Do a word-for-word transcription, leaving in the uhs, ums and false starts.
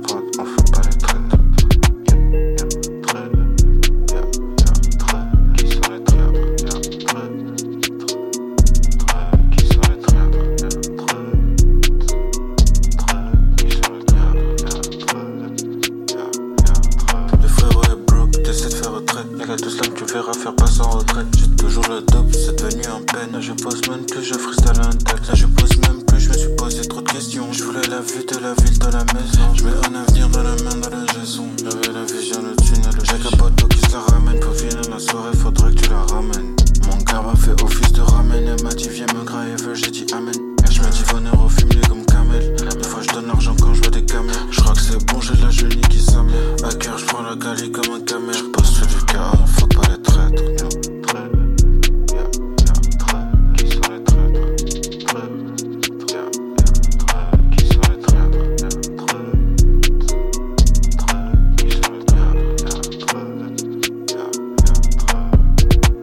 prod, on fait pas les trades. Yeah, yeah, trade. Yeah, yeah, trade. Qui sont les traîtres? Yeah, trade. Trade. Qui sont les traîtres? Yeah, trade. Trade. Qui sont les traîtres? Yeah, trade. Yeah, yeah, trade. Les frérots est broke, t'essaies de faire retraite. Les gars de slam, tu verras faire passer en retraite. J'ai toujours le dope, c'est devenu un peine. Là je pose même plus, je freestyle un tel. Là je pose même plus, je me suis posé trop de questions. Je voulais la vue de la ville dans la maison. Je mets un avenir dans la main, dans la jason. J'avais la vision, le tunnel. J'ai qu'un poteau qui se la ramène. Pour finir la soirée, faudrait que tu la ramènes. Mon gars m'a fait office de ramen. Elle m'a dit viens me grailler, j'ai dit amen. Je me dis venir au fumier comme Kamel. Des fois je donne l'argent quand je vois des camels. Je crois que c'est bon, j'ai la jolie qui s'amène. À cœur, je prends la cali comme un camel.